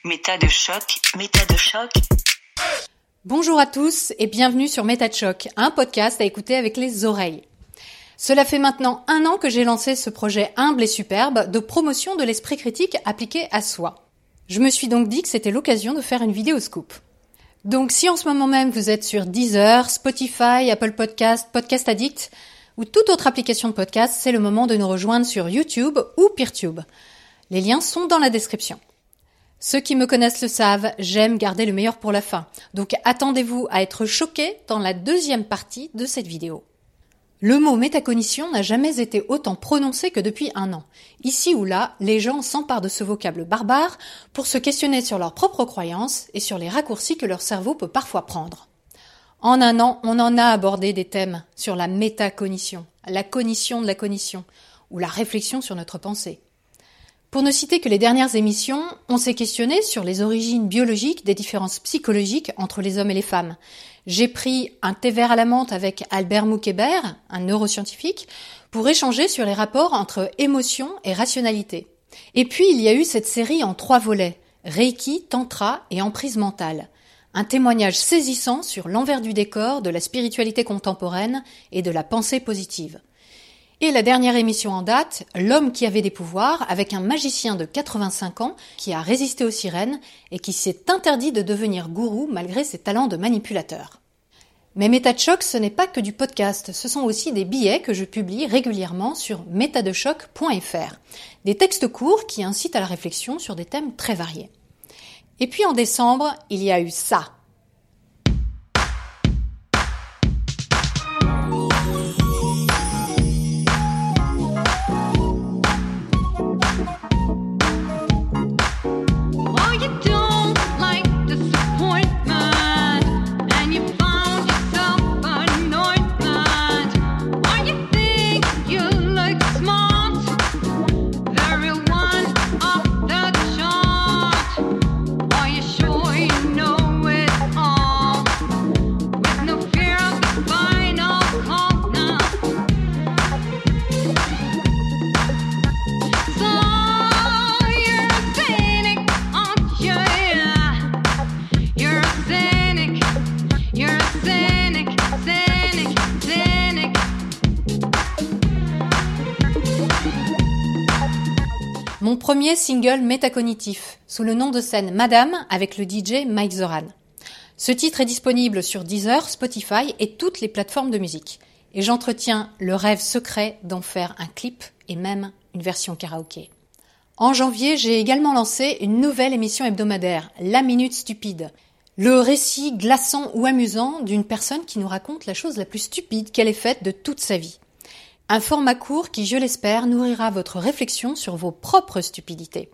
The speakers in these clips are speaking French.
Méta de choc, méta de choc. Bonjour à tous et bienvenue sur Méta de choc, un podcast à écouter avec les oreilles. Cela fait maintenant 1 an que j'ai lancé ce projet humble et superbe de promotion de l'esprit critique appliqué à soi. Je me suis donc dit que c'était l'occasion de faire une vidéo scoop. Donc si en ce moment même vous êtes sur Deezer, Spotify, Apple Podcast, Podcast Addict ou toute autre application de podcast, c'est le moment de nous rejoindre sur YouTube ou Peertube. Les liens sont dans la description. Ceux qui me connaissent le savent, j'aime garder le meilleur pour la fin. Donc attendez-vous à être choqués dans la deuxième partie de cette vidéo. Le mot métacognition n'a jamais été autant prononcé que depuis 1 an. Ici ou là, les gens s'emparent de ce vocable barbare pour se questionner sur leurs propres croyances et sur les raccourcis que leur cerveau peut parfois prendre. En 1 an, on en a abordé des thèmes sur la métacognition, la cognition de la cognition, ou la réflexion sur notre pensée. Pour ne citer que les dernières émissions, on s'est questionné sur les origines biologiques des différences psychologiques entre les hommes et les femmes. J'ai pris un thé vert à la menthe avec Albert Moukébert, un neuroscientifique, pour échanger sur les rapports entre émotion et rationalité. Et puis il y a eu cette série en 3 volets, Reiki, Tantra et emprise mentale. Un témoignage saisissant sur l'envers du décor de la spiritualité contemporaine et de la pensée positive. Et la dernière émission en date, L'homme qui avait des pouvoirs, avec un magicien de 85 ans qui a résisté aux sirènes et qui s'est interdit de devenir gourou malgré ses talents de manipulateur. Mais Méta de choc, ce n'est pas que du podcast, ce sont aussi des billets que je publie régulièrement sur metadechoc.fr. Des textes courts qui incitent à la réflexion sur des thèmes très variés. Et puis en décembre, il y a eu ça. Mon premier single métacognitif, sous le nom de scène Madame, avec le DJ Mike Zoran. Ce titre est disponible sur Deezer, Spotify et toutes les plateformes de musique. Et j'entretiens le rêve secret d'en faire un clip et même une version karaoké. En janvier, j'ai également lancé une nouvelle émission hebdomadaire, La Minute Stupide. Le récit glaçant ou amusant d'une personne qui nous raconte la chose la plus stupide qu'elle ait faite de toute sa vie. Un format court qui, je l'espère, nourrira votre réflexion sur vos propres stupidités.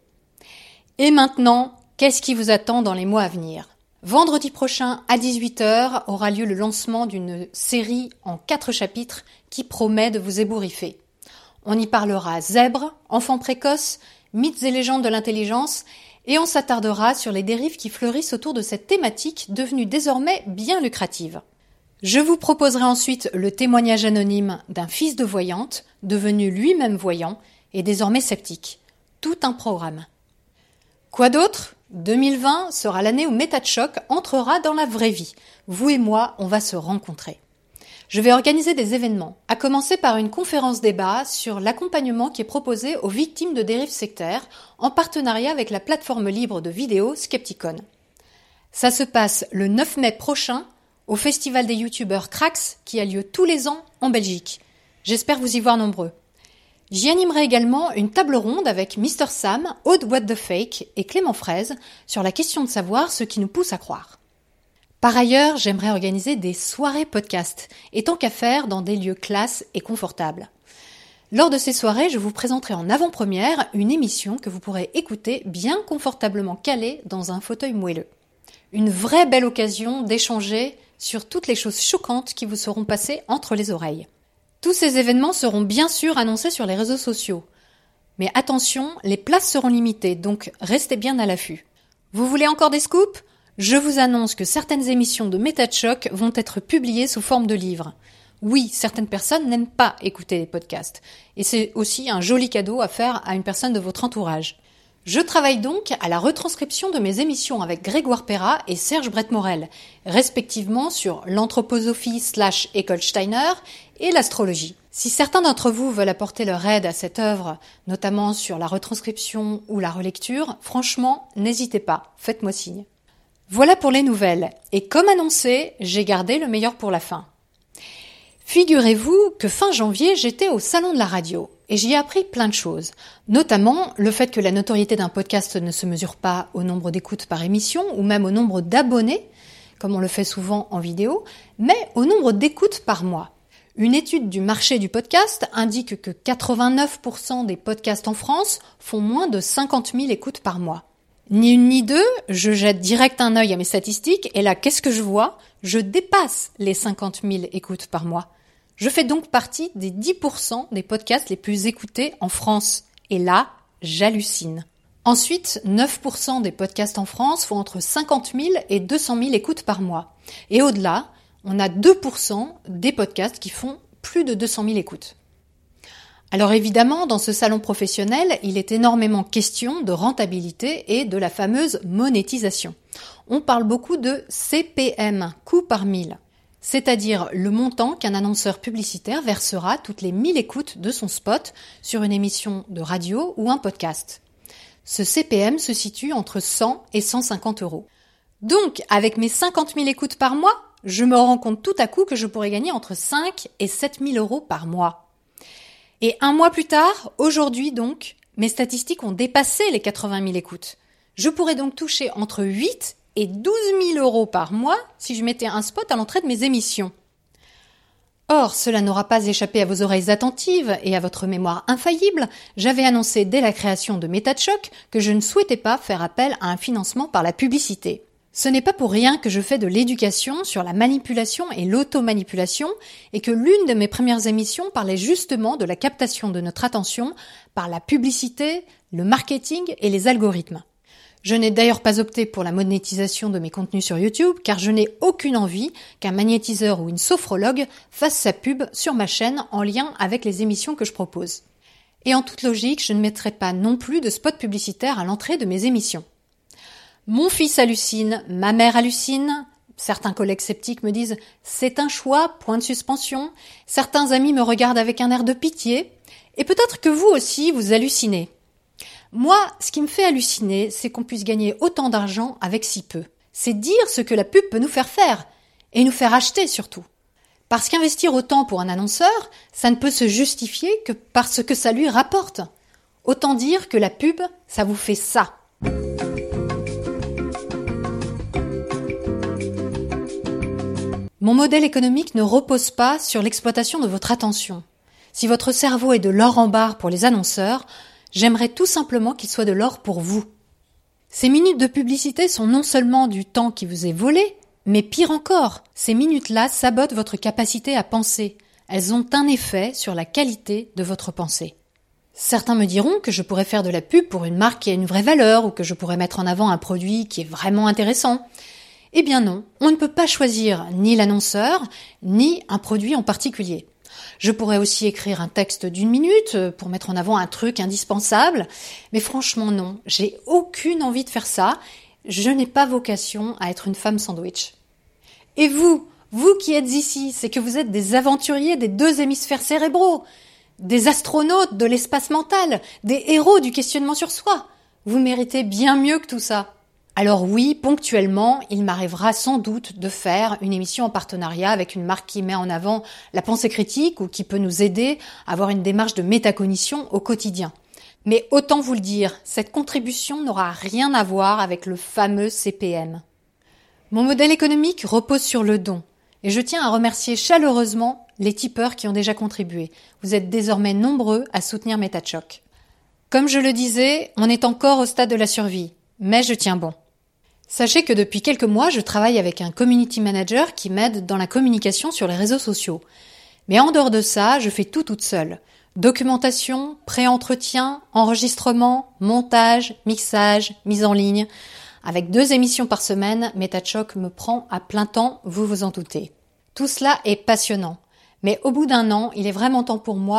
Et maintenant, qu'est-ce qui vous attend dans les mois à venir ? Vendredi prochain, à 18h, aura lieu le lancement d'une série en 4 chapitres qui promet de vous ébouriffer. On y parlera zèbres, enfants précoces, mythes et légendes de l'intelligence, et on s'attardera sur les dérives qui fleurissent autour de cette thématique devenue désormais bien lucrative. Je vous proposerai ensuite le témoignage anonyme d'un fils de voyante, devenu lui-même voyant et désormais sceptique. Tout un programme. Quoi d'autre ? 2020 sera l'année où Méta de choc entrera dans la vraie vie. Vous et moi, on va se rencontrer. Je vais organiser des événements, à commencer par une conférence débat sur l'accompagnement qui est proposé aux victimes de dérives sectaires en partenariat avec la plateforme libre de vidéos Skepticon. Ça se passe le 9 mai prochain au Festival des youtubeurs Cracks qui a lieu tous les ans en Belgique. J'espère vous y voir nombreux. J'y animerai également une table ronde avec Mr Sam, Aude What the Fake et Clément Fraise sur la question de savoir ce qui nous pousse à croire. Par ailleurs, j'aimerais organiser des soirées podcast, et tant qu'à faire dans des lieux classes et confortables. Lors de ces soirées, je vous présenterai en avant-première une émission que vous pourrez écouter bien confortablement calée dans un fauteuil moelleux. Une vraie belle occasion d'échanger sur toutes les choses choquantes qui vous seront passées entre les oreilles. Tous ces événements seront bien sûr annoncés sur les réseaux sociaux. Mais attention, les places seront limitées, donc restez bien à l'affût. Vous voulez encore des scoops ? Je vous annonce que certaines émissions de Méta de choc vont être publiées sous forme de livres. Oui, certaines personnes n'aiment pas écouter les podcasts. Et c'est aussi un joli cadeau à faire à une personne de votre entourage. Je travaille donc à la retranscription de mes émissions avec Grégoire Perra et Serge Brett-Morel, respectivement sur l'anthroposophie/École Steiner et l'astrologie. Si certains d'entre vous veulent apporter leur aide à cette œuvre, notamment sur la retranscription ou la relecture, franchement, n'hésitez pas, faites-moi signe. Voilà pour les nouvelles, et comme annoncé, j'ai gardé le meilleur pour la fin. Figurez-vous que fin janvier, j'étais au Salon de la radio, et j'y ai appris plein de choses, notamment le fait que la notoriété d'un podcast ne se mesure pas au nombre d'écoutes par émission, ou même au nombre d'abonnés, comme on le fait souvent en vidéo, mais au nombre d'écoutes par mois. Une étude du marché du podcast indique que 89% des podcasts en France font moins de 50 000 écoutes par mois. Ni une ni deux, je jette direct un œil à mes statistiques et là, qu'est-ce que je vois ? Je dépasse les 50 000 écoutes par mois. Je fais donc partie des 10% des podcasts les plus écoutés en France. Et là, j'hallucine. Ensuite, 9% des podcasts en France font entre 50 000 et 200 000 écoutes par mois. Et au-delà, on a 2% des podcasts qui font plus de 200 000 écoutes. Alors évidemment, dans ce salon professionnel, il est énormément question de rentabilité et de la fameuse monétisation. On parle beaucoup de CPM, coût par mille, c'est-à-dire le montant qu'un annonceur publicitaire versera toutes les 1000 écoutes de son spot sur une émission de radio ou un podcast. Ce CPM se situe entre 100 et 150 euros. Donc, avec mes 50 000 écoutes par mois, je me rends compte tout à coup que je pourrais gagner entre 5 et 7 000 euros par mois. Et un mois plus tard, aujourd'hui donc, mes statistiques ont dépassé les 80 000 écoutes. Je pourrais donc toucher entre 8 et 12 000 euros par mois si je mettais un spot à l'entrée de mes émissions. Or, cela n'aura pas échappé à vos oreilles attentives et à votre mémoire infaillible, j'avais annoncé dès la création de Méta de Choc que je ne souhaitais pas faire appel à un financement par la publicité. Ce n'est pas pour rien que je fais de l'éducation sur la manipulation et l'automanipulation et que l'une de mes premières émissions parlait justement de la captation de notre attention par la publicité, le marketing et les algorithmes. Je n'ai d'ailleurs pas opté pour la monétisation de mes contenus sur YouTube car je n'ai aucune envie qu'un magnétiseur ou une sophrologue fasse sa pub sur ma chaîne en lien avec les émissions que je propose. Et en toute logique, je ne mettrai pas non plus de spot publicitaire à l'entrée de mes émissions. Mon fils hallucine, ma mère hallucine, certains collègues sceptiques me disent « c'est un choix, point de suspension », certains amis me regardent avec un air de pitié, et peut-être que vous aussi vous hallucinez. Moi, ce qui me fait halluciner, c'est qu'on puisse gagner autant d'argent avec si peu. C'est dire ce que la pub peut nous faire, et nous faire acheter surtout. Parce qu'investir autant pour un annonceur, ça ne peut se justifier que parce que ça lui rapporte. Autant dire que la pub, ça vous fait ça. Mon modèle économique ne repose pas sur l'exploitation de votre attention. Si votre cerveau est de l'or en barre pour les annonceurs, j'aimerais tout simplement qu'il soit de l'or pour vous. Ces minutes de publicité sont non seulement du temps qui vous est volé, mais pire encore, ces minutes-là sabotent votre capacité à penser. Elles ont un effet sur la qualité de votre pensée. Certains me diront que je pourrais faire de la pub pour une marque qui a une vraie valeur ou que je pourrais mettre en avant un produit qui est vraiment intéressant. Eh bien non, on ne peut pas choisir ni l'annonceur, ni un produit en particulier. Je pourrais aussi écrire un texte d'1 minute pour mettre en avant un truc indispensable, mais franchement non, j'ai aucune envie de faire ça, je n'ai pas vocation à être une femme sandwich. Et vous qui êtes ici, c'est que vous êtes des aventuriers des 2 hémisphères cérébraux, des astronautes de l'espace mental, des héros du questionnement sur soi. Vous méritez bien mieux que tout ça. Alors oui, ponctuellement, il m'arrivera sans doute de faire une émission en partenariat avec une marque qui met en avant la pensée critique ou qui peut nous aider à avoir une démarche de métacognition au quotidien. Mais autant vous le dire, cette contribution n'aura rien à voir avec le fameux CPM. Mon modèle économique repose sur le don et je tiens à remercier chaleureusement les tipeurs qui ont déjà contribué. Vous êtes désormais nombreux à soutenir Méta de Choc. Comme je le disais, on est encore au stade de la survie, mais je tiens bon. Sachez que depuis quelques mois, je travaille avec un community manager qui m'aide dans la communication sur les réseaux sociaux. Mais en dehors de ça, je fais tout toute seule. Documentation, pré-entretien, enregistrement, montage, mixage, mise en ligne. Avec 2 émissions par semaine, Méta de Choc me prend à plein temps, vous vous en doutez. Tout cela est passionnant. Mais au bout d'1 an, il est vraiment temps pour moi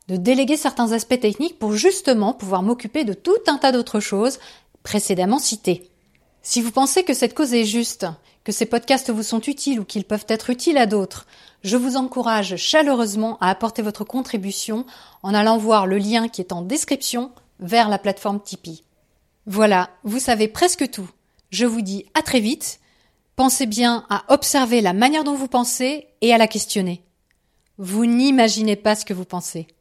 de déléguer certains aspects techniques pour justement pouvoir m'occuper de tout un tas d'autres choses précédemment citées. Si vous pensez que cette cause est juste, que ces podcasts vous sont utiles ou qu'ils peuvent être utiles à d'autres, je vous encourage chaleureusement à apporter votre contribution en allant voir le lien qui est en description vers la plateforme Tipeee. Voilà, vous savez presque tout. Je vous dis à très vite. Pensez bien à observer la manière dont vous pensez et à la questionner. Vous n'imaginez pas ce que vous pensez.